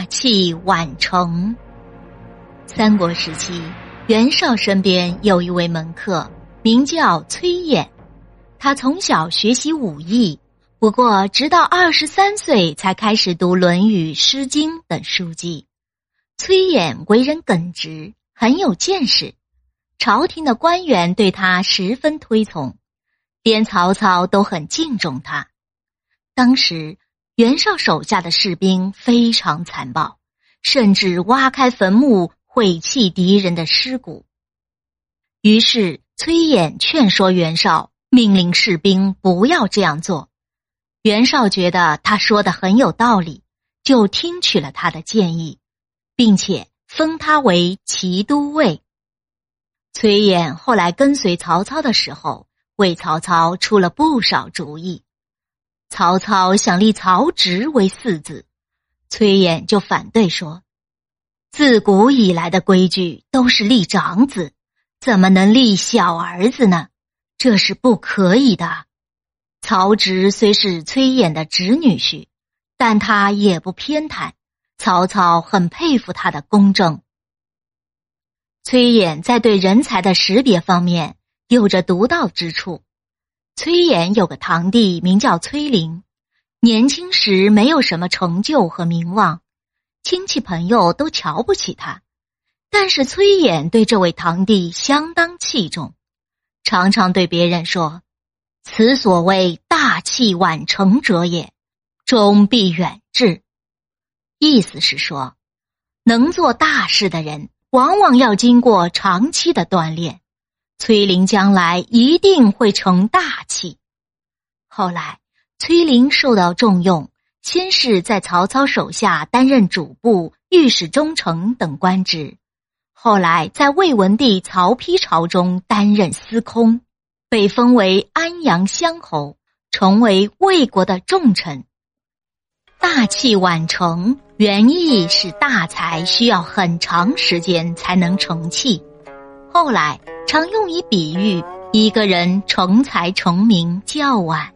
大器晚成。三国时期，袁绍身边有一位门客，名叫崔琰。他从小学习武艺，不过直到23岁才开始读《论语》《诗经》等书籍。崔琰为人耿直，很有见识，朝廷的官员对他十分推崇，连曹操都很敬重他。当时袁绍手下的士兵非常残暴，甚至挖开坟墓毁弃敌人的尸骨。于是崔琰劝说袁绍，命令士兵不要这样做。袁绍觉得他说的很有道理，就听取了他的建议，并且封他为骑都尉。崔琰后来跟随曹操的时候，为曹操出了不少主意。曹操想立曹植为嗣子，崔琰就反对说，自古以来的规矩都是立长子，怎么能立小儿子呢？这是不可以的。曹植虽是崔琰的侄女婿，但他也不偏袒，曹操很佩服他的公正。崔琰在对人才的识别方面有着独到之处。崔琰有个堂弟名叫崔林，年轻时没有什么成就和名望，亲戚朋友都瞧不起他，但是崔琰对这位堂弟相当器重，常常对别人说，此所谓大器晚成者也，终必远志。意思是说，能做大事的人往往要经过长期的锻炼，崔林将来一定会成大器。后来崔林受到重用，先是在曹操手下担任主簿、御史中丞等官职，后来在魏文帝曹丕朝中担任司空，被封为安阳乡侯，成为魏国的重臣。大器晚成原意是大才需要很长时间才能成器，后来常用以比喻一个人成才成名较晚。